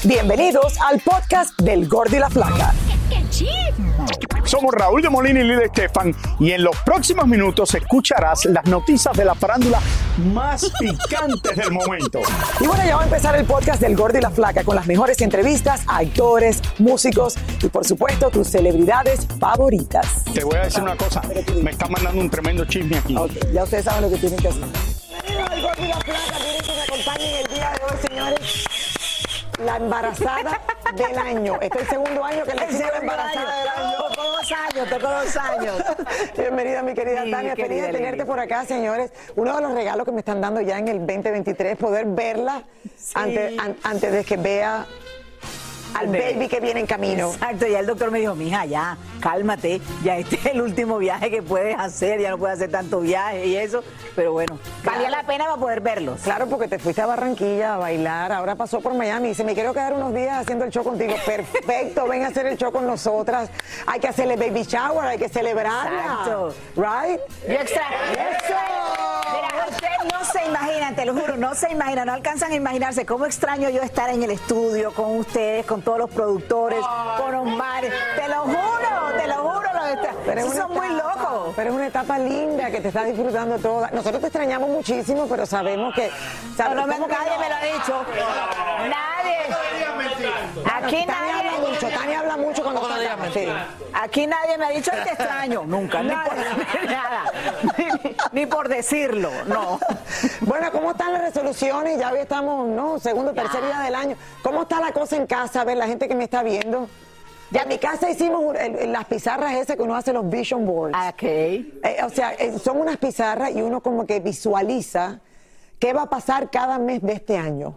Bienvenidos al podcast del Gordo y la Flaca. Somos Raúl de Molina y Lidia Estefan y en los próximos minutos escucharás las noticias de la farándula más picantes del momento. Y bueno, ya va a empezar el podcast del Gordo y la Flaca con las mejores entrevistas a actores, músicos y por supuesto tus celebridades favoritas. Te voy a decir una cosa, me están mandando un tremendo chisme aquí. Okay, ya ustedes saben lo que tienen que hacer. Bienvenidos al Gordo y la Flaca, miren que me acompañen el día de hoy, señores. La embarazada del año. Este es el segundo año que le hicimos la embarazada del año. Tocó 2 años. Bienvenida, mi querida Tania. Feliz de tenerte por acá, señores. Uno de los regalos que me están dando ya en el 2023, poder verla antes de que vea al baby que viene en camino. Exacto, ya el doctor me dijo, mija, ya, cálmate, ya este es el último viaje que puedes hacer, ya no puedes hacer tanto viaje y eso, pero bueno, valía la pena para poder verlos. Claro, porque te fuiste a Barranquilla a bailar, ahora pasó por Miami y dice, me quiero quedar unos días haciendo el show contigo. Perfecto, ven a hacer el show con nosotras. Hay que hacerle baby shower, hay que celebrarla. Exacto. Right? Yo extraño. ¡Eso! Mira, ustedes no se imaginan, te lo juro, no se imaginan, no alcanzan a imaginarse cómo extraño yo estar en el estudio con ustedes, con todos los productores, con Omar. Te lo juro. Esos son muy locos. Pero es una etapa linda que te estás disfrutando toda. Nosotros te extrañamos muchísimo, pero sabemos que... nadie me lo ha dicho. Nadie. Aquí Tania habla mucho cuando está acá. Sí. Aquí nadie me ha dicho te extraño. Nunca. Ni por nada. Ni por decirlo. No. Bueno, ¿cómo están las resoluciones? Ya estamos, ¿no? Segundo, tercer día del año. ¿Cómo está la cosa en casa? A ver, la gente que me está viendo. Ya en mi casa hicimos las pizarras esas que uno hace los vision boards. Okay. Son unas pizarras y uno como que visualiza qué va a pasar cada mes de este año.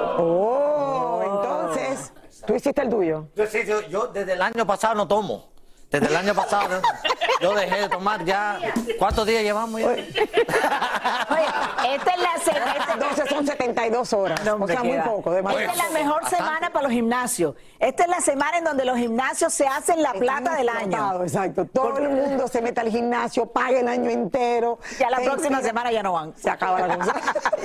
Entonces, ¿tú hiciste el tuyo? Yo desde el año pasado no tomo. Desde el año pasado yo dejé de tomar ya. ¿Cuántos días llevamos ya? Oye, esta es la semana. Entonces son 72 horas. No, o sea, muy poco. Esta es la mejor semana para los gimnasios. Esta es la semana en donde los gimnasios se hacen la plata del año. Exacto. Todo el mundo se mete al gimnasio, paga el año entero. Ya la próxima semana ya no van. Se acaba la cosa.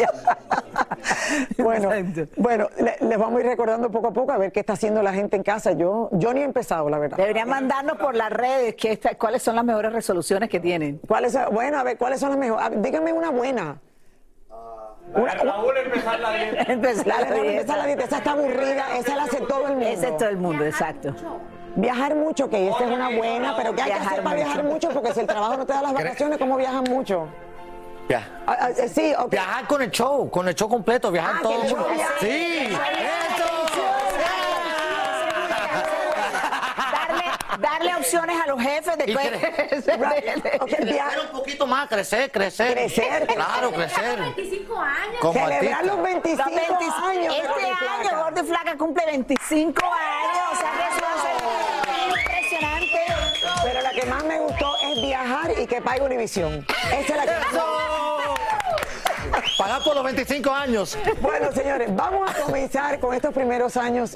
Bueno, les vamos a ir recordando poco a poco a ver qué está haciendo la gente en casa. Yo ni he empezado, la verdad. Deberían mandarnos por las redes cuáles son las mejores resoluciones que tienen. Bueno, a ver, ¿cuáles son las mejores? Dígame una buena. Raúl empezar la dieta. Empezar la dieta, esa está aburrida, esa la hace todo el mundo. Esa es todo el mundo, exacto. Viajar mucho, que esa es una buena, pero ¿qué hay que hacer para viajar mucho? Porque si el trabajo no te da las vacaciones, ¿cómo viajan mucho? Sí, okay. Viajar con el show completo, viajar todo. Sí, darle opciones a los jefes de crecer un poquito más, crecer. Claro, crecer. 25 años. Celebrar los 25 años. Este año Gordo y Flaca cumple 25 años. O sea, que eso va a ser impresionante. Pero la que más me gustó es viajar y que pague Univisión. Esa es la que pagar por los 25 años. Bueno, señores, vamos a comenzar con estos primeros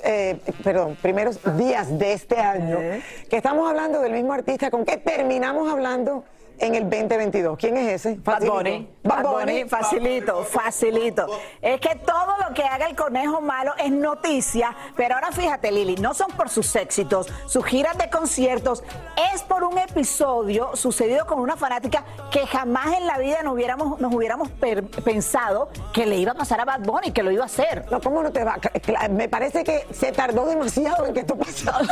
días de este año, que estamos hablando del mismo artista con que terminamos hablando en el 2022. ¿Quién es ese? Bad Bunny, facilito. Es que todo lo que haga el Conejo Malo es noticia, pero ahora fíjate, Lili, no son por sus éxitos, sus giras de conciertos, es por un episodio sucedido con una fanática que jamás en la vida nos hubiéramos pensado que le iba a pasar a Bad Bunny, que lo iba a hacer. No, ¿cómo no te va? Me parece que se tardó demasiado en que esto pasara.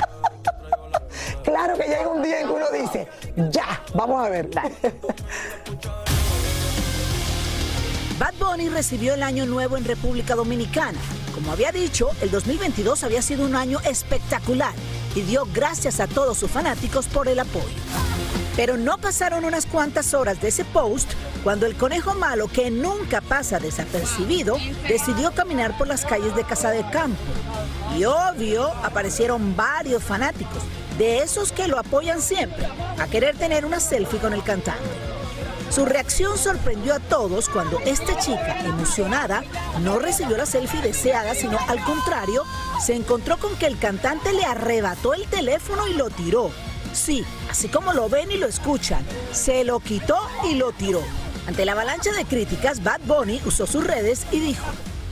Claro que llega un día en que uno dice, ya, vamos a ver. Bad Bunny recibió el año nuevo en República Dominicana. Como había dicho, el 2022 había sido un año espectacular y dio gracias a todos sus fanáticos por el apoyo. Pero no pasaron unas cuantas horas de ese post cuando el Conejo Malo, que nunca pasa desapercibido, decidió caminar por las calles de Casa de Campo. Y obvio, aparecieron varios fanáticos, de esos que lo apoyan siempre, a querer tener una selfie con el cantante. Su reacción sorprendió a todos cuando esta chica, emocionada, no recibió la selfie deseada, sino al contrario, se encontró con que el cantante le arrebató el teléfono y lo tiró. Sí, así como lo ven y lo escuchan, se lo quitó y lo tiró. Ante la avalancha de críticas, Bad Bunny usó sus redes y dijo: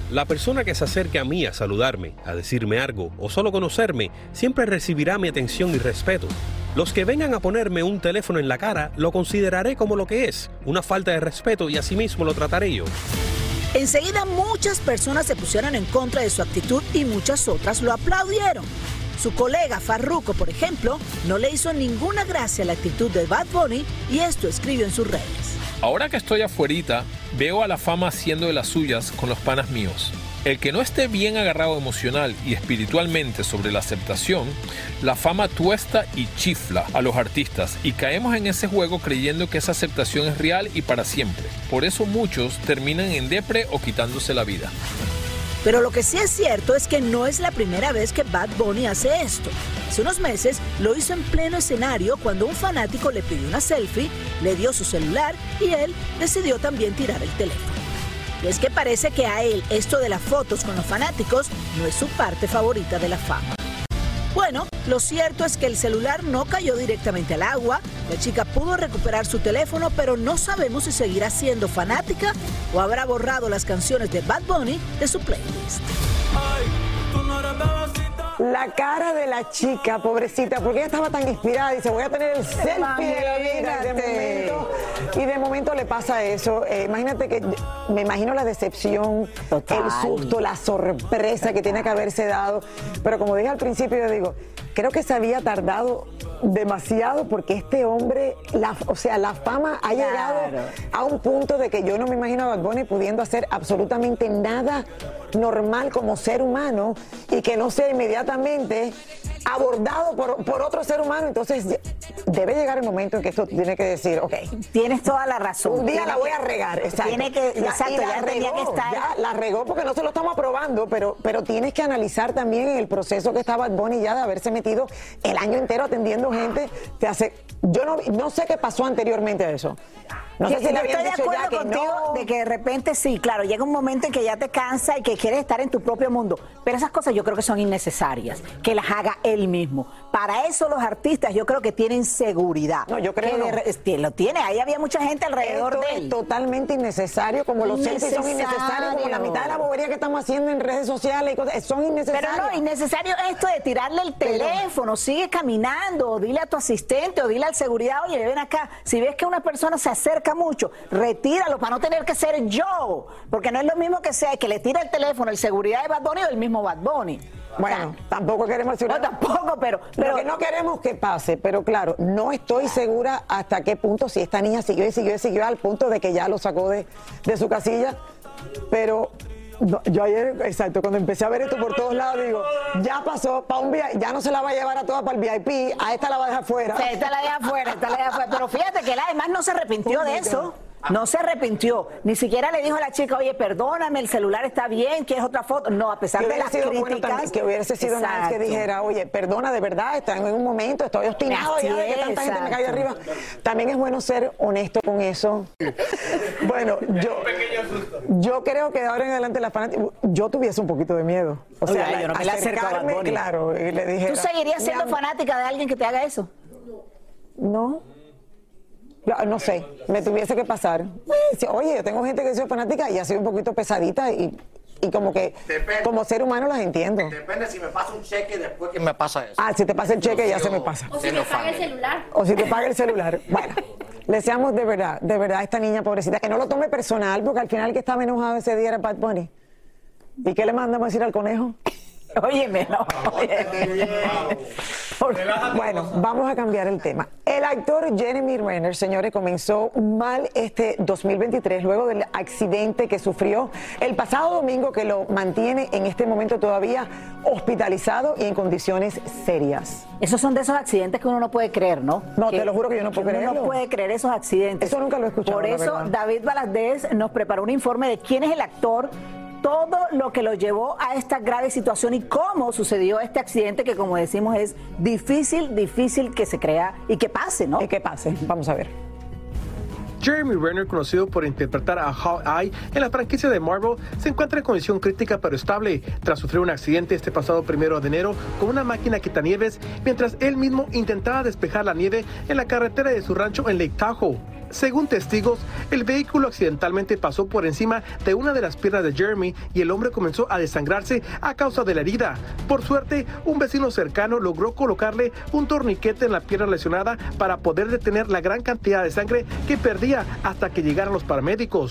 La persona que se acerque a mí a saludarme, a decirme algo o solo conocerme, siempre recibirá mi atención y respeto. Los que vengan a ponerme un teléfono en la cara, lo consideraré como lo que es, una falta de respeto, y asimismo lo trataré yo. Enseguida muchas personas se pusieron en contra de su actitud y muchas otras lo aplaudieron. Su colega Farruko, por ejemplo, no le hizo ninguna gracia a la actitud de Bad Bunny y esto escribió en sus redes. Ahora que estoy afuerita, veo a la fama haciendo de las suyas con los panas míos. El que no esté bien agarrado emocional y espiritualmente sobre la aceptación, la fama tuesta y chifla a los artistas y caemos en ese juego creyendo que esa aceptación es real y para siempre. Por eso muchos terminan en depre o quitándose la vida. Pero lo que sí es cierto es que no es la primera vez que Bad Bunny hace esto. Hace unos meses lo hizo en pleno escenario cuando un fanático le pidió una selfie, le dio su celular y él decidió también tirar el teléfono. Y es que parece que a él esto de las fotos con los fanáticos no es su parte favorita de la fama. Bueno, lo cierto es que el celular no cayó directamente al agua, la chica pudo recuperar su teléfono, pero no sabemos si seguirá siendo fanática o habrá borrado las canciones de Bad Bunny de su playlist. La cara de la chica, pobrecita, porque ella estaba tan inspirada, dice, voy a tener el selfie de la vida. Y de momento le pasa eso. Imagínate que, me imagino la decepción, total, el susto, la sorpresa que tiene que haberse dado. Pero como dije al principio, yo digo, creo que se había tardado demasiado porque este hombre, la fama ha llegado a un punto de que yo no me imagino a Bad Bunny pudiendo hacer absolutamente nada normal como ser humano y que no sea inmediatamente abordado por otro ser humano. Entonces debe llegar el momento en que esto tiene que decir, ok, tienes toda la razón. Un día la voy a regar, exacto. Tiene que, exacto, ya tenía que estar. Ya la regó porque no se lo estamos aprobando, pero tienes que analizar también el proceso que está Bad Bunny ya de haberse metido el año entero atendiendo gente. Yo no sé qué pasó anteriormente a eso. No sé si le habían dicho ya que contigo de que de repente sí, claro, llega un momento en que ya te cansa y que quieres estar en tu propio mundo, pero esas cosas yo creo que son innecesarias, que las haga él mismo. Para eso los artistas yo creo que tienen seguridad. No, yo creo que lo tiene, ahí había mucha gente alrededor de él. Es totalmente innecesario, como los selfies son innecesarios, como la mitad de la bobería que estamos haciendo en redes sociales y cosas, son innecesarios. Pero no, innecesario esto de tirarle el teléfono, sigue caminando, o dile a tu asistente o dile al seguridad, oye, ven acá, si ves que una persona se acerca mucho, retíralo para no tener que ser yo, porque no es lo mismo que sea que le tire el teléfono el seguridad de Bad Bunny o el mismo Bad Bunny. Bueno, tampoco queremos no, tampoco, pero que no queremos que pase, pero claro, no estoy segura hasta qué punto, si esta niña siguió al punto de que ya lo sacó de su casilla, pero no, yo ayer, exacto, cuando empecé a ver esto por todos lados, digo, ya pasó para un VIP, ya no se la va a llevar a todas para el VIP, a esta la va a dejar fuera. Sí, esta la deja afuera, pero fíjate que él además no se arrepintió de eso. No se arrepintió, ni siquiera le dijo a la chica, oye, perdóname, el celular está bien, ¿quieres otra foto? No, a pesar de las críticas. Que hubiese sido nada que dijera, oye, perdona, de verdad, estoy en un momento, estoy obstinado ya de que tanta gente me cayó arriba. También es bueno ser honesto con eso. Bueno, yo creo que de ahora en adelante la fanática, yo tuviese un poquito de miedo. O sea, yo no me la acercarme, claro, y le dije. ¿Tú seguirías siendo fanática de alguien que te haga eso? No. No sé, me tuviese que pasar. Oye, yo tengo gente que soy fanática y ha sido un poquito pesadita y como que depende. Como ser humano las entiendo. Depende si me pasa un cheque después que me pasa eso. Si te pasa el cheque ya se me pasa. O si te paga el celular. O si te paga el celular. Bueno, le deseamos de verdad a esta niña pobrecita que no lo tome personal porque al final el que estaba enojado ese día era Bad Bunny. ¿Y qué le mandamos a decir al conejo? Óyeme, no. Bueno, vamos a cambiar el tema. El actor Jeremy Renner, señores, comenzó mal este 2023 luego del accidente que sufrió el pasado domingo que lo mantiene en este momento todavía hospitalizado y en condiciones serias. Esos son de esos accidentes que uno no puede creer, ¿no? No, te lo juro que yo no puedo creerlo. Uno no puede creer esos accidentes. Eso nunca lo he escuchado. Por eso David Valadez nos preparó un informe de quién es el actor, todo lo que lo llevó a esta grave situación y cómo sucedió este accidente que, como decimos, es difícil que se crea y que pase, ¿no? Y que pase. Vamos a ver. Jeremy Renner, conocido por interpretar a Hawkeye en la franquicia de Marvel, se encuentra en condición crítica pero estable tras sufrir un accidente este pasado 1 de enero con una máquina quitanieves mientras él mismo intentaba despejar la nieve en la carretera de su rancho en Lake Tahoe. Según testigos, el vehículo accidentalmente pasó por encima de una de las piernas de Jeremy y el hombre comenzó a desangrarse a causa de la herida. Por suerte, un vecino cercano logró colocarle un torniquete en la pierna lesionada para poder detener la gran cantidad de sangre que perdía hasta que llegaron los paramédicos.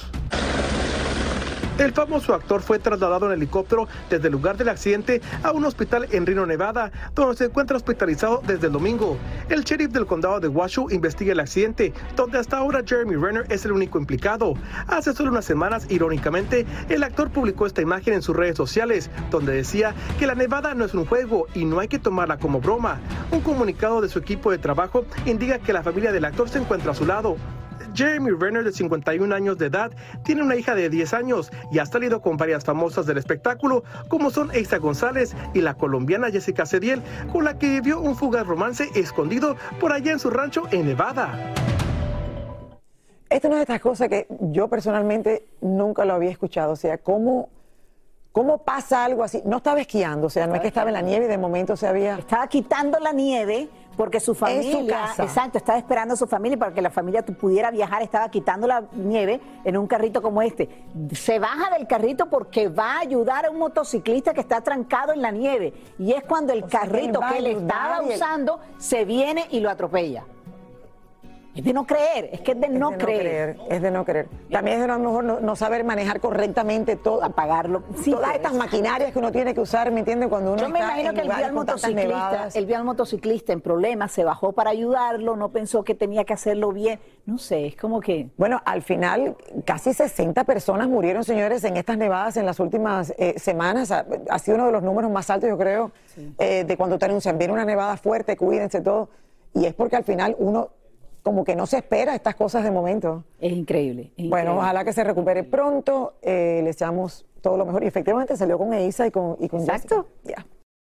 El famoso actor fue trasladado en helicóptero desde el lugar del accidente a un hospital en Reno, Nevada, donde se encuentra hospitalizado desde el domingo. El sheriff del condado de Washoe investiga el accidente, donde hasta ahora Jeremy Renner es el único implicado. Hace solo unas semanas, irónicamente, el actor publicó esta imagen en sus redes sociales, donde decía que la nevada no es un juego y no hay que tomarla como broma. Un comunicado de su equipo de trabajo indica que la familia del actor se encuentra a su lado. Jeremy Renner, de 51 años de edad, tiene una hija de 10 años y ha salido con varias famosas del espectáculo, como son Eiza González y la colombiana Jessica Cediel, con la que vivió un fugaz romance escondido por allá en su rancho en Nevada. Esta es una de estas cosas que yo personalmente nunca lo había escuchado. O sea, ¿cómo pasa algo así? No estaba esquiando, o sea, no es que estaba en la nieve y de momento se había... Estaba quitando la nieve porque su familia, exacto, estaba esperando a su familia para que la familia pudiera viajar, estaba quitando la nieve en un carrito como este. Se baja del carrito porque va a ayudar a un motociclista que está trancado en la nieve y es cuando el carrito que él estaba usando se viene y lo atropella. Es de no creer, es que es de no creer. Es de no creer. También es de a lo mejor no saber manejar correctamente todo, apagarlo. Sí, todas estas maquinarias que uno tiene que usar, ¿me entiende? Cuando uno yo me imagino que él vio al motociclista en problemas, se bajó para ayudarlo, no pensó que tenía que hacerlo bien. No sé, es como que... Bueno, al final casi 60 personas murieron, señores, en estas nevadas en las últimas semanas. Ha sido uno de los números más altos, yo creo, de cuando te anuncian, viene una nevada fuerte, cuídense todo. Y es porque al final uno... como que no se espera estas cosas de momento. Es increíble. Bueno, ojalá que se recupere pronto, le echamos todo lo mejor. Y efectivamente salió con Eiza y con Exacto. Jessica.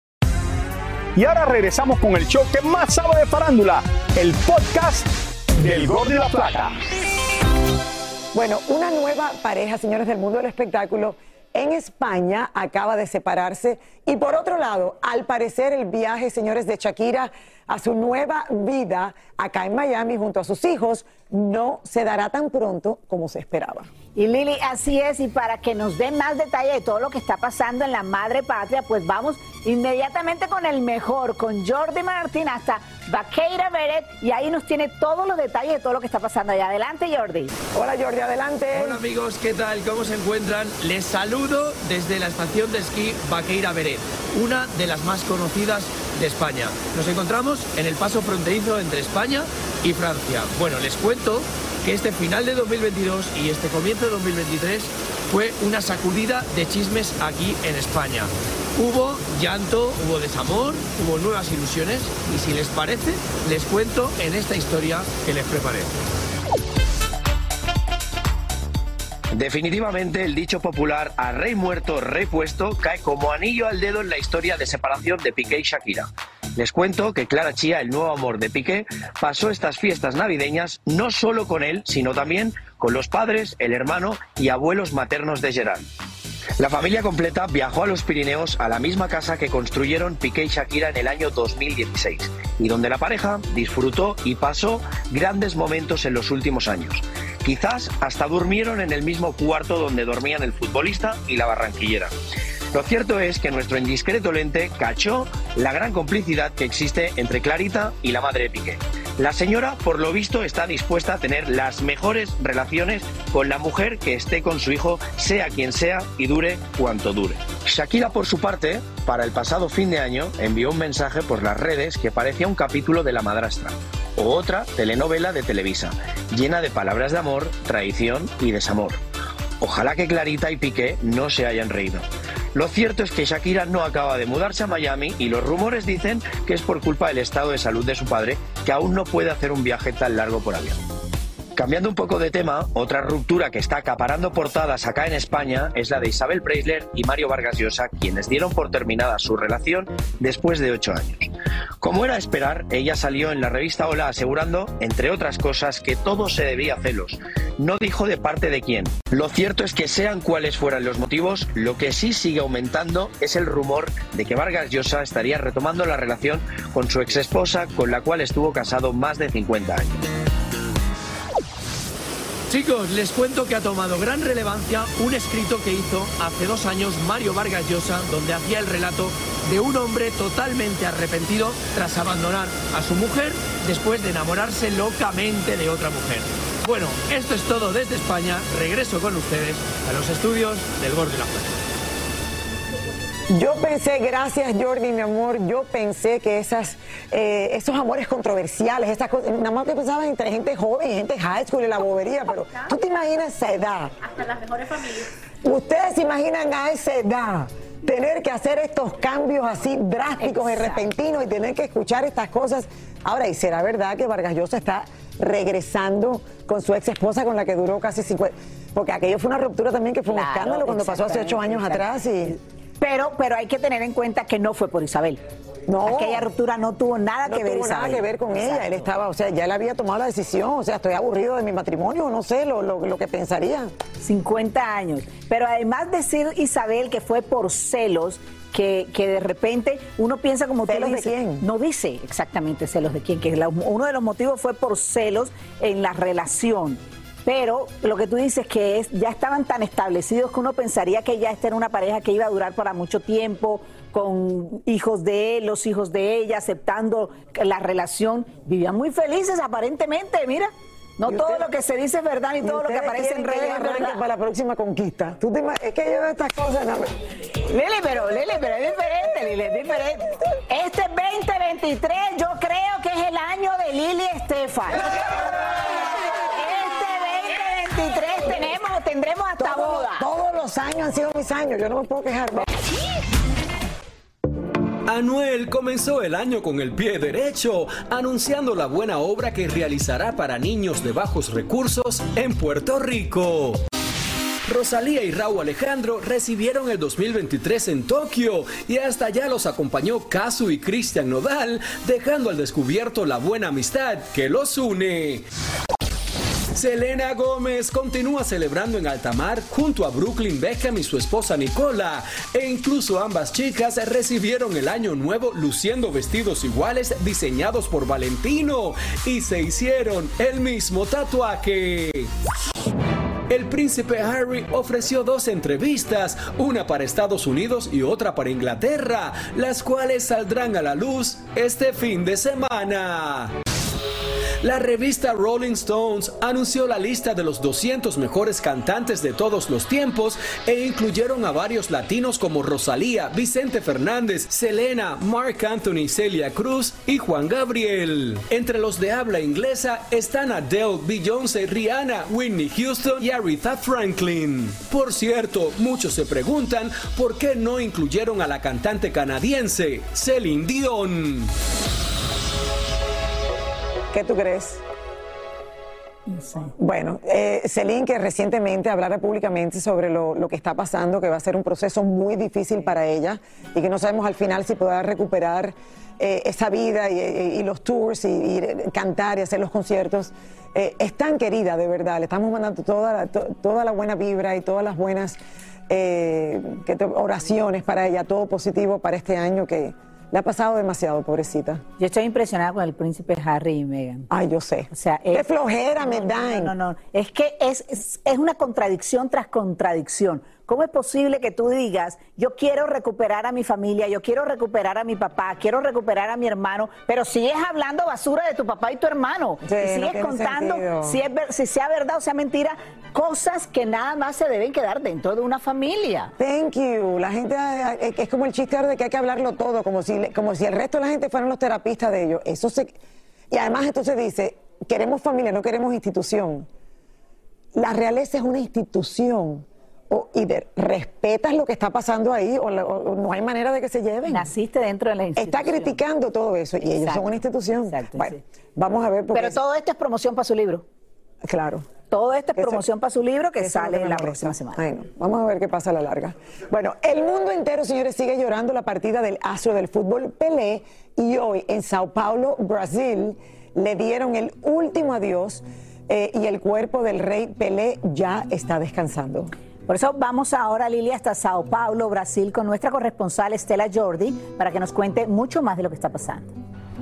Y ahora regresamos con el show que más sabe de farándula, el podcast del Gordo y la Flaca. Bueno, una nueva pareja, señores del mundo del espectáculo, en España acaba de separarse. Y por otro lado, al parecer el viaje, señores, de Shakira a su nueva vida acá en Miami junto a sus hijos no se dará tan pronto como se esperaba. Y Lili, así es, y para que nos dé más detalle de todo lo que está pasando en la madre patria, pues vamos inmediatamente con el mejor, con Jordi Martín hasta Vaqueira Beret, y ahí nos tiene todos los detalles de todo lo que está pasando allá. Adelante, Jordi. Hola, Jordi, adelante. Hola, amigos, ¿qué tal? ¿Cómo se encuentran? Les saludo desde la estación de esquí Vaqueira Beret, una de las más conocidas de España. Nos encontramos en el paso fronterizo entre España y Francia. Bueno, les cuento que este final de 2022 y este comienzo de 2023 fue una sacudida de chismes aquí en España. Hubo llanto, hubo desamor, hubo nuevas ilusiones y si les parece, les cuento en esta historia que les preparé. Definitivamente el dicho popular "a rey muerto, rey puesto" cae como anillo al dedo en la historia de separación de Piqué y Shakira. Les cuento que Clara Chía, el nuevo amor de Piqué, pasó estas fiestas navideñas no solo con él, sino también con los padres, el hermano y abuelos maternos de Gerard. La familia completa viajó a los Pirineos, a la misma casa que construyeron Piqué y Shakira en el año 2016, y donde la pareja disfrutó y pasó grandes momentos en los últimos años. Quizás hasta durmieron en el mismo cuarto donde dormían el futbolista y la barranquillera. Lo cierto es que nuestro indiscreto lente cachó la gran complicidad que existe entre Clarita y la madre de Piqué. La señora, por lo visto, está dispuesta a tener las mejores relaciones con la mujer que esté con su hijo, sea quien sea y dure cuanto dure. Shakira, por su parte, para el pasado fin de año, envió un mensaje por las redes que parecía un capítulo de La madrastra, o otra telenovela de Televisa, llena de palabras de amor, traición y desamor. Ojalá que Clarita y Piqué no se hayan reído. Lo cierto es que Shakira no acaba de mudarse a Miami y los rumores dicen que es por culpa del estado de salud de su padre, que aún no puede hacer un viaje tan largo por avión. Cambiando un poco de tema, otra ruptura que está acaparando portadas acá en España es la de Isabel Preisler y Mario Vargas Llosa, quienes dieron por terminada su relación después de 8 años. Como era de esperar, ella salió en la revista Hola asegurando, entre otras cosas, que todo se debía a celos. No dijo de parte de quién. Lo cierto es que sean cuales fueran los motivos, lo que sí sigue aumentando es el rumor de que Vargas Llosa estaría retomando la relación con su exesposa, con la cual estuvo casado más de 50 años. Chicos, les cuento que ha tomado gran relevancia un escrito que hizo hace 2 años Mario Vargas Llosa, donde hacía el relato de un hombre totalmente arrepentido tras abandonar a su mujer después de enamorarse locamente de otra mujer. Bueno, esto es todo desde España. Regreso con ustedes a los estudios del Gordo y la Flaca. Yo pensé, gracias Jordi, mi amor, yo pensé que esos amores controversiales, esas cosas, nada más que pensaba entre gente joven, gente high school y la bobería, pero tú te imaginas esa edad. Hasta las mejores familias. Ustedes se imaginan a esa edad tener que hacer estos cambios así drásticos y repentinos y tener que escuchar estas cosas. Ahora, ¿y será verdad que Vargas Llosa está regresando con su ex esposa con la que duró casi 50? Porque aquello fue una ruptura también que fue un escándalo cuando pasó hace 8 años atrás y... Pero hay que tener en cuenta que no fue por Isabel. No. Aquella ruptura no tuvo nada que ver, No tuvo nada que ver con ella. Él estaba, o sea, ya él había tomado la decisión. O sea, estoy aburrido de mi matrimonio, no sé lo que pensaría. 50 años. Pero además decir Isabel que fue por celos, que de repente uno piensa como tú ¿Celos dices, de quién? No dice exactamente celos de quién, que uno de los motivos fue por celos en la relación. Pero lo que tú dices que ya estaban tan establecidos que uno pensaría que ya esta era una pareja que iba a durar para mucho tiempo, con hijos de él, los hijos de ella, aceptando la relación. Vivían muy felices aparentemente, mira. No todo lo que se dice es verdad ni todo lo que aparece en redes es verdad. Para la próxima conquista. Es que yo veo estas cosas... Lili, pero es diferente, Lili, es diferente. Este 2023 yo creo que es el año de Lili Estefan. Tendremos hasta boda. Todos los años han sido mis años, yo no me puedo quejar. Anuel comenzó el año con el pie derecho, anunciando la buena obra que realizará para niños de bajos recursos en Puerto Rico. Rosalía y Rauw Alejandro recibieron el 2023 en Tokio y hasta allá los acompañó Casu y Cristian Nodal, dejando al descubierto la buena amistad que los une. Selena Gómez continúa celebrando en alta mar junto a Brooklyn Beckham y su esposa Nicola, e incluso ambas chicas recibieron el año nuevo luciendo vestidos iguales diseñados por Valentino y se hicieron el mismo tatuaje. El príncipe Harry ofreció 2 entrevistas, una para Estados Unidos y otra para Inglaterra, las cuales saldrán a la luz este fin de semana. La revista Rolling Stones anunció la lista de los 200 mejores cantantes de todos los tiempos e incluyeron a varios latinos como Rosalía, Vicente Fernández, Selena, Marc Anthony, Celia Cruz y Juan Gabriel. Entre los de habla inglesa están Adele, Beyoncé, Rihanna, Whitney Houston y Aretha Franklin. Por cierto, muchos se preguntan por qué no incluyeron a la cantante canadiense Celine Dion. ¿Qué tú crees? No sé. Bueno, Celine, que recientemente hablara públicamente sobre lo que está pasando, que va a ser un proceso muy difícil para ella y que no sabemos al final si podrá recuperar esa vida y los tours y cantar y hacer los conciertos. Es tan querida, de verdad. Le estamos mandando toda la buena vibra y todas las buenas oraciones para ella, todo positivo para este año que... Le ha pasado demasiado, pobrecita. Yo estoy impresionada con el príncipe Harry y Meghan. Ay, yo sé. O sea, qué flojera me dan. No. Es que es una contradicción tras contradicción. ¿Cómo es posible que tú digas, yo quiero recuperar a mi familia, yo quiero recuperar a mi papá, quiero recuperar a mi hermano, pero sigues hablando basura de tu papá y tu hermano? Sí, y sigues contando, si sea verdad o sea mentira, cosas que nada más se deben quedar dentro de una familia. Thank you. La gente es como el chiste de que hay que hablarlo todo, como si el resto de la gente fueran los terapistas de ellos. Y además entonces dice, queremos familia, no queremos institución. La realeza es una institución. ¿Respetas lo que está pasando ahí o no hay manera de que se lleven? Naciste dentro de la institución. Está criticando todo eso y ellos son una institución. Exacto, bueno, sí. Vamos a ver. Pero todo esto es promoción para su libro. Claro. Todo esto es promoción para su libro que sale la próxima semana. Ay, no. Vamos a ver qué pasa a la larga. Bueno, el mundo entero, señores, sigue llorando la partida del astro del fútbol Pelé y hoy en Sao Paulo, Brasil, le dieron el último adiós y el cuerpo del rey Pelé ya está descansando. Por eso vamos ahora, Lili, hasta Sao Paulo, Brasil, con nuestra corresponsal Estela Jordi, para que nos cuente mucho más de lo que está pasando.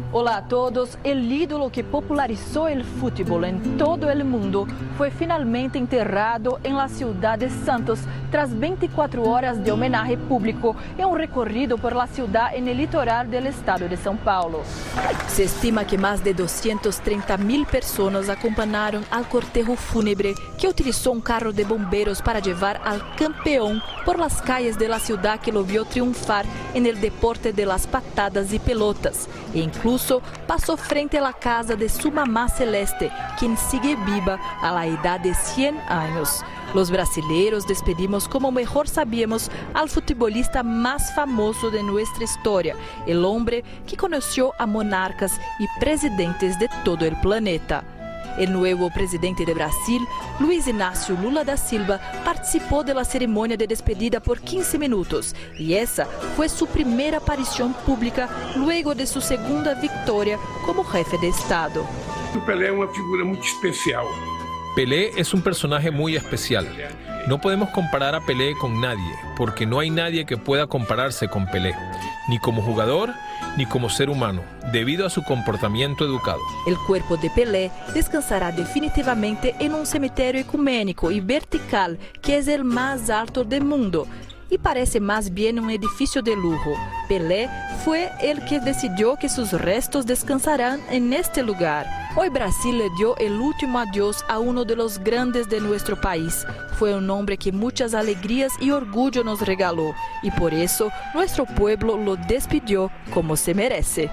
Olá a todos. El ídolo que popularizó el fútbol en todo el mundo fue finalmente enterrado en la ciudad de Santos tras 24 horas de homenaje público en un recorrido por la ciudad en el litoral del estado de São Paulo. Se estima que más de 230.000 personas acompañaron al cortejo fúnebre que utilizó un carro de bomberos para llevar al campeón por las calles de la ciudad que lo vio triunfar en el deporte de las patadas y pelotas. E incluso pasó frente a la casa de su mamá Celeste, quien sigue viva a la edad de 100 años. Los brasileños despedimos como mejor sabíamos al futbolista más famoso de nuestra historia, el hombre que conoció a monarcas y presidentes de todo el planeta. El nuevo presidente de Brasil, Luiz Inácio Lula da Silva, participó de la ceremonia de despedida por 15 minutos y esa fue su primera aparición pública luego de su segunda victoria como jefe de Estado. Pelé es una figura muy especial. Pelé es un personaje muy especial. No podemos comparar a Pelé con nadie, porque no hay nadie que pueda compararse con Pelé, ni como jugador, ni como ser humano, debido a su comportamiento educado. El cuerpo de Pelé descansará definitivamente en un cementerio ecuménico y vertical que es el más alto del mundo y parece más bien un edificio de lujo. Pelé fue el que decidió que sus restos descansarán en este lugar. Hoy Brasil le dio el último adiós a uno de los grandes de nuestro país. Fue un hombre que muchas alegrías y orgullo nos regaló y por eso nuestro pueblo lo despidió como se merece.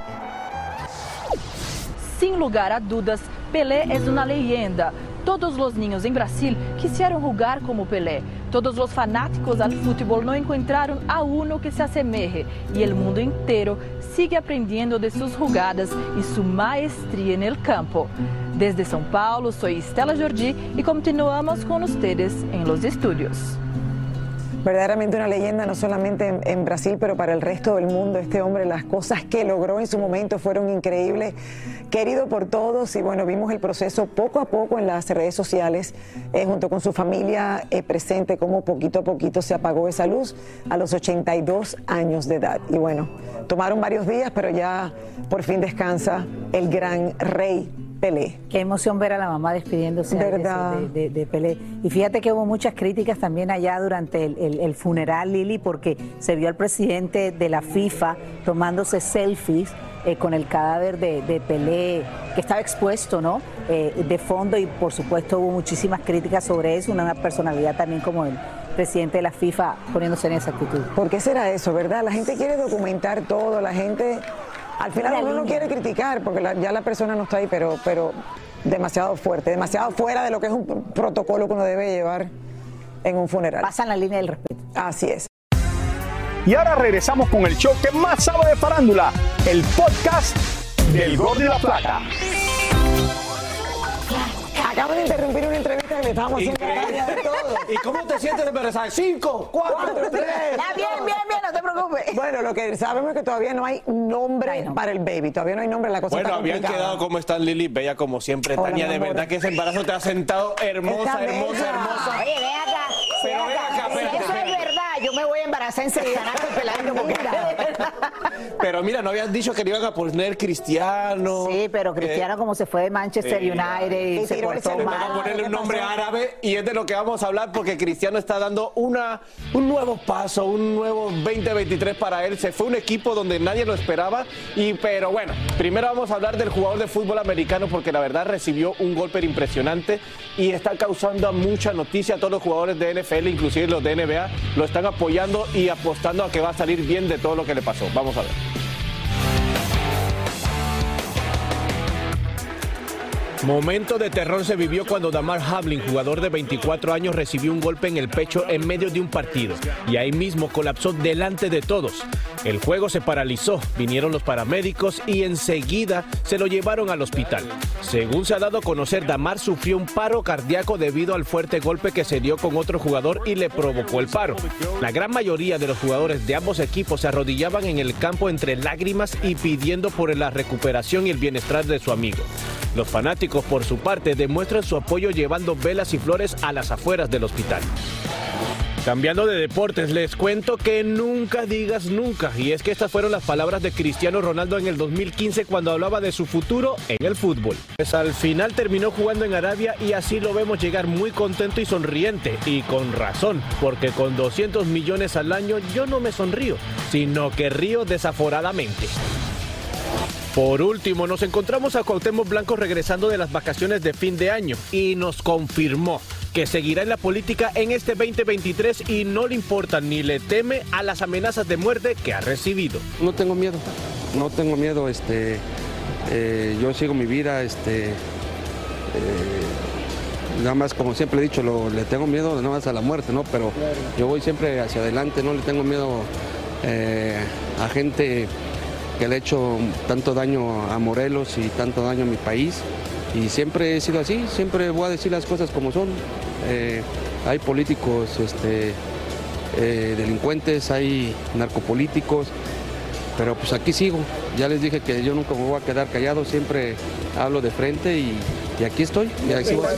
Sin lugar a dudas, Pelé es una leyenda. Todos los niños en Brasil quisieron jugar como Pelé. Todos los fanáticos al fútbol no encontraron a uno que se asemeje y el mundo entero sigue aprendiendo de sus jugadas y su maestría en el campo. Desde São Paulo, soy Stella Jordi y continuamos con ustedes en los estudios. Verdaderamente una leyenda, no solamente en Brasil, pero para el resto del mundo. Este hombre, las cosas que logró en su momento fueron increíbles, querido por todos y bueno, vimos el proceso poco a poco en las redes sociales, junto con su familia presente, cómo poquito a poquito se apagó esa luz a los 82 años de edad. Y bueno, tomaron varios días, pero ya por fin descansa el gran rey Pelé. Qué emoción ver a la mamá despidiéndose de Pelé. Y fíjate que hubo muchas críticas también allá durante el funeral, Lili, porque se vio al presidente de la FIFA tomándose selfies con el cadáver de Pelé, que estaba expuesto, ¿no? De fondo, y por supuesto hubo muchísimas críticas sobre eso, una personalidad también como el presidente de la FIFA poniéndose en esa actitud. ¿Por qué será eso, verdad? La gente quiere documentar todo, la gente... Al final uno no quiere criticar porque ya la persona no está ahí, pero demasiado fuerte, demasiado fuera de lo que es un protocolo que uno debe llevar en un funeral. Pasan la línea del respeto. Así es. Y ahora regresamos con el show que más sabe de farándula, el podcast del Gol de la Plata. Acabo de interrumpir una entrevista que le estábamos haciendo de todo. ¿Y cómo te sientes de empezar? 5, 4, 3. Bien, no te preocupes. Bueno, lo que sabemos es que todavía no hay nombre para el baby. Todavía no hay nombre, la cosa bueno, está habían complicada. quedado como están, Lili, bella como siempre. Hola, Tania, de verdad que ese embarazo te ha sentado hermosa. Oye, ve acá. Pero ven acá, si eso es verdad, yo me voy a embarazar enseguida, no estoy pelando porque Pero mira, no habías dicho que le iban a poner Cristiano. Sí, pero Cristiano como se fue de Manchester United y se portó mal. Van a ponerle un nombre árabe y es de lo que vamos a hablar porque Cristiano está dando un nuevo paso, un nuevo 2023 para él. Se fue un equipo donde nadie lo esperaba pero bueno, primero vamos a hablar del jugador de fútbol americano porque la verdad recibió un golpe impresionante y está causando mucha noticia. Todos los jugadores de NFL, inclusive los de NBA, lo están apoyando y apostando a que va a salir bien de todo lo que le pasó. Vamos a ver. Momento de terror se vivió cuando Damar Hamlin, jugador de 24 años, recibió un golpe en el pecho en medio de un partido y ahí mismo colapsó delante de todos. El juego se paralizó, vinieron los paramédicos y enseguida se lo llevaron al hospital. Según se ha dado a conocer, Damar sufrió un paro cardíaco debido al fuerte golpe que se dio con otro jugador y le provocó el paro. La gran mayoría de los jugadores de ambos equipos se arrodillaban en el campo entre lágrimas y pidiendo por la recuperación y el bienestar de su amigo. Los fanáticos, por su parte, demuestran su apoyo llevando velas y flores a las afueras del hospital. Cambiando de deportes, les cuento que nunca digas nunca. Y es que estas fueron las palabras de Cristiano Ronaldo en el 2015 cuando hablaba de su futuro en el fútbol. Pues al final terminó jugando en Arabia y así lo vemos llegar muy contento y sonriente. Y con razón, porque con 200 millones al año yo no me sonrío, sino que río desaforadamente. Por último, nos encontramos a Cuauhtémoc Blanco regresando de las vacaciones de fin de año y nos confirmó que seguirá en la política en este 2023 y no le importa ni le teme a las amenazas de muerte que ha recibido. No tengo miedo, yo sigo mi vida, nada más como siempre he dicho, le tengo miedo nada más a la muerte, ¿no? Pero yo voy siempre hacia adelante, no le tengo miedo a gente que le ha hecho tanto daño a Morelos y tanto daño a mi país. Y siempre he sido así, siempre voy a decir las cosas como son. Hay políticos delincuentes, hay narcopolíticos, pero pues aquí sigo. Ya les dije que yo nunca me voy a quedar callado, siempre hablo de frente y aquí estoy. Y aquí voy.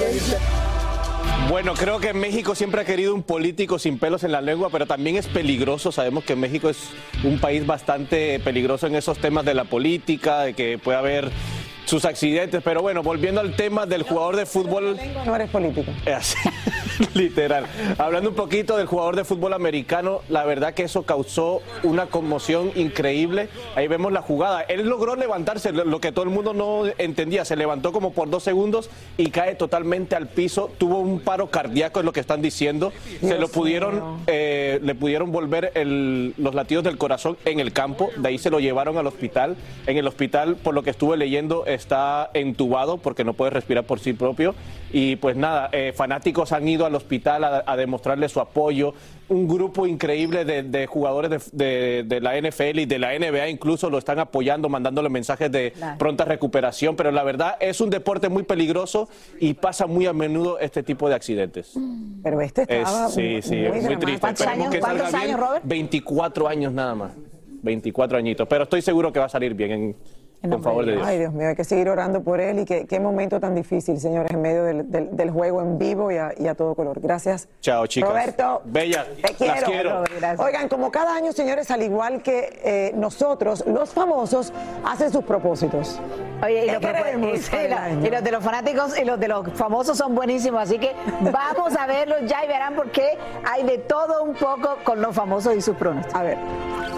Bueno, creo que México siempre ha querido un político sin pelos en la lengua, pero también es peligroso. Sabemos que México es un país bastante peligroso en esos temas de la política, de que puede haber sus accidentes, pero bueno, volviendo al tema del jugador de fútbol... No eres político. Así, literal. Hablando un poquito del jugador de fútbol americano, la verdad que eso causó una conmoción increíble. Ahí vemos la jugada. Él logró levantarse, lo que todo el mundo no entendía. Se levantó como por 2 segundos y cae totalmente al piso. Tuvo un paro cardíaco, es lo que están diciendo. Se lo pudieron, le pudieron volver los latidos del corazón en el campo. De ahí se lo llevaron al hospital. En el hospital, por lo que estuve leyendo, está entubado porque no puede respirar por sí propio. Y pues nada, fanáticos han ido al hospital a demostrarle su apoyo. Un grupo increíble de jugadores de la NFL y de la NBA incluso lo están apoyando, mandándole mensajes de pronta recuperación. Pero la verdad es un deporte muy peligroso y pasa muy a menudo este tipo de accidentes. Pero estaba muy triste. ¿Cuántos años, Robert? 24 años nada más. 24 añitos. Pero estoy seguro que va a salir bien con favor de Dios. Ay, Dios mío, hay que seguir orando por él y qué momento tan difícil, señores, en medio del juego en vivo y a todo color. Gracias. Chao, chicas. Roberto, bella, te quiero. Las quiero. Oigan, como cada año, señores, al igual que nosotros, los famosos hacen sus propósitos. Oye, y los de los fanáticos y los de los famosos son buenísimos, así que vamos a verlos ya y verán por qué hay de todo un poco con los famosos y sus pronósticos. A ver.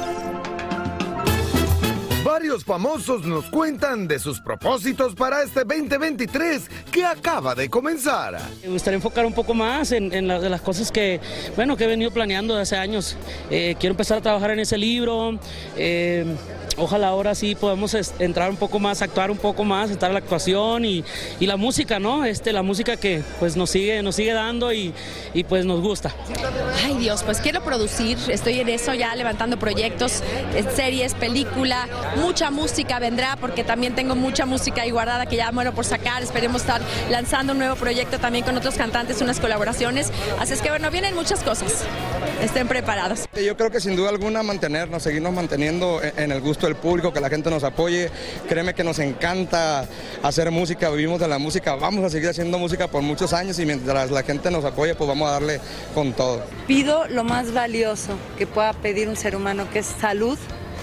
Varios famosos nos cuentan de sus propósitos para este 2023 que acaba de comenzar. Me gustaría enfocar un poco más en las cosas que he venido planeando desde hace años. Quiero empezar a trabajar en ese libro. Ojalá ahora sí podamos entrar un poco más, actuar un poco más, estar en la actuación y la música, ¿no? La música que pues nos sigue dando y pues nos gusta. Ay Dios, pues quiero producir, estoy en eso ya levantando proyectos, series, película, mucha música vendrá porque también tengo mucha música ahí guardada que ya muero por sacar, esperemos estar lanzando un nuevo proyecto también con otros cantantes, unas colaboraciones, así es que bueno, vienen muchas cosas, estén preparados. Yo creo que sin duda alguna seguirnos manteniendo en el gusto del público, que la gente nos apoye. Créeme que nos encanta hacer música, vivimos de la música, vamos a seguir haciendo música por muchos años y mientras la gente nos apoye, pues vamos a darle con todo. Pido lo más valioso que pueda pedir un ser humano, que es salud,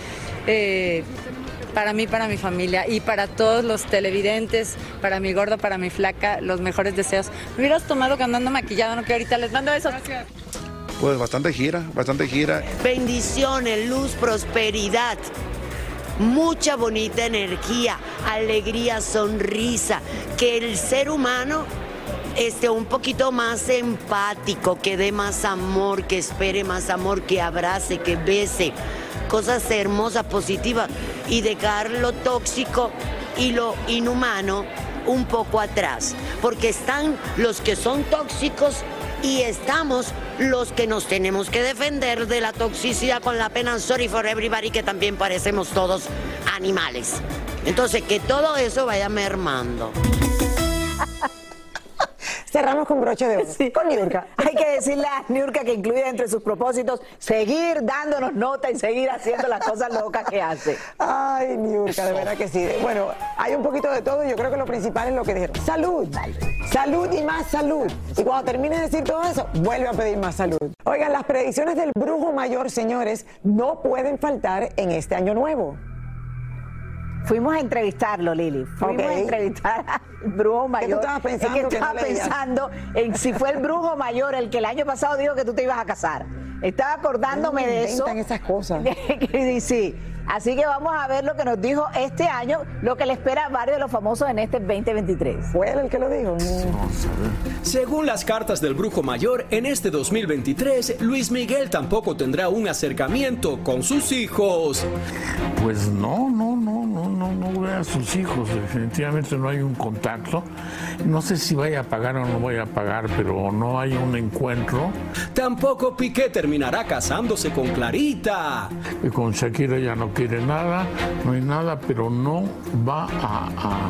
para mí, para mi familia y para todos los televidentes, para mi gordo, para mi flaca, los mejores deseos. Me hubieras tomado que andando maquillado, no que ahorita les mando eso. Pues bastante gira. Bendiciones, luz, prosperidad, mucha bonita energía, alegría, sonrisa, que el ser humano esté un poquito más empático, que dé más amor, que espere más amor, que abrace, que bese, cosas hermosas, positivas, y dejar lo tóxico y lo inhumano un poco atrás, porque están los que son tóxicos y estamos los que nos tenemos que defender de la toxicidad con la pena sorry for everybody, que también parecemos todos animales. Entonces, que todo eso vaya mermando. Cerramos con broche de oro. Sí. Con Niurka. Hay que decirle a Niurka que incluye entre sus propósitos seguir dándonos nota y seguir haciendo las cosas locas que hace. Ay, Niurka, de verdad que sí. Bueno, hay un poquito de todo y yo creo que lo principal es lo que dijeron. Salud. Salud y más salud. Y cuando termine de decir todo eso, vuelve a pedir más salud. Oigan, las predicciones del brujo mayor, señores, no pueden faltar en este año nuevo. Fuimos a entrevistarlo, Lili. Fuimos a entrevistar al brujo mayor. ¿Qué tú estabas pensando? Es que estaba pensando en si fue el brujo mayor el que el año pasado dijo que tú te ibas a casar. Estaba acordándome de eso. Inventan esas cosas. Sí. Así que vamos a ver lo que nos dijo este año, lo que le espera a varios de los famosos en este 2023. ¿Fue él el que lo dijo? Según las cartas del brujo mayor, en este 2023, Luis Miguel tampoco tendrá un acercamiento con sus hijos. Pues no ve a sus hijos, definitivamente no hay un contacto. No sé si vaya a pagar o no voy a pagar, pero no hay un encuentro. Tampoco Piqué terminará casándose con Clarita. Y con Shakira ya no quiere nada, no hay nada, pero no va a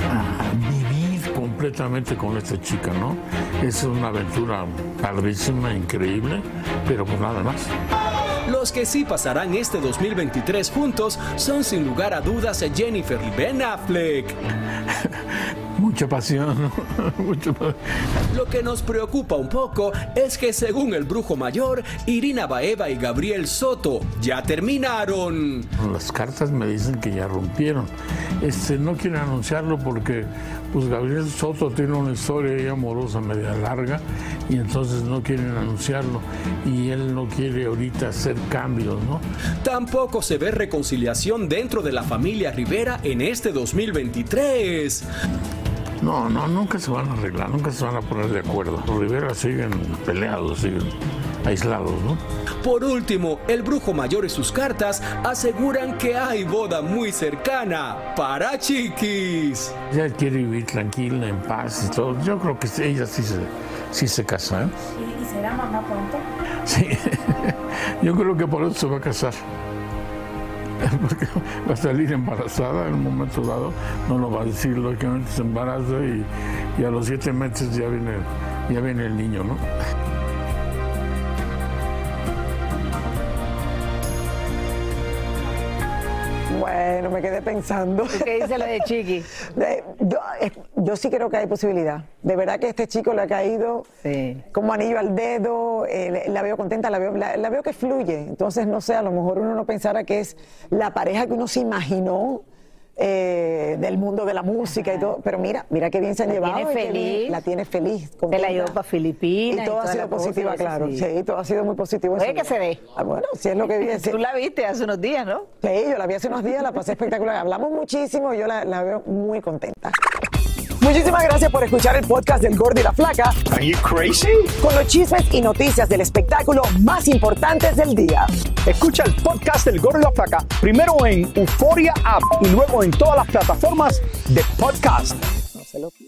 vivir completamente con esta chica, ¿no? Es una aventura padrísima, increíble, pero pues nada más. Los que sí pasarán este 2023 juntos son sin lugar a dudas Jennifer y Ben Affleck. Mucha pasión, Lo que nos preocupa un poco es que según el brujo mayor, Irina Baeva y Gabriel Soto ya terminaron. Las cartas me dicen que ya rompieron. No quieren anunciarlo porque pues Gabriel Soto tiene una historia amorosa media larga y entonces no quieren anunciarlo y él no quiere ahorita hacer cambios, ¿no? Tampoco se ve reconciliación dentro de la familia Rivera en este 2023. No, nunca se van a arreglar, nunca se van a poner de acuerdo. Los Rivera siguen peleados, siguen aislados, ¿no? Por último, el brujo mayor y sus cartas aseguran que hay boda muy cercana para Chiquis. Ella quiere vivir tranquila, en paz y todo. Yo creo que ella sí se casa, ¿eh? ¿Y será mamá pronto? Sí, yo creo que por eso se va a casar. Porque va a salir embarazada en un momento dado, no lo va a decir, lógicamente se embaraza y a los 7 meses ya viene el niño, ¿no? Bueno, me quedé pensando. ¿Qué dice lo de Chiqui? Yo sí creo que hay posibilidad. De verdad que este chico le ha caído como anillo al dedo. La veo contenta, la veo que fluye. Entonces, no sé, a lo mejor uno no pensara que es la pareja que uno se imaginó del mundo de la música y todo. Pero mira qué bien se han llevado. Tiene feliz. La tiene feliz. Se la llevó para Filipinas. Y todo ha sido positiva, claro. Sí, todo ha sido muy positivo. Oye, que se ve. Bueno, si es lo que vi. Tú la viste hace unos días, ¿no? Sí, yo la vi hace unos días, la pasé espectacular. Hablamos muchísimo, yo la veo muy contenta. Muchísimas gracias por escuchar el podcast del Gordo y la Flaca. Are you crazy? Con los chismes y noticias del espectáculo más importantes del día. Escucha el podcast del Gordo y la Flaca primero en Euforia App y luego en todas las plataformas de podcast. No se lo pierdan.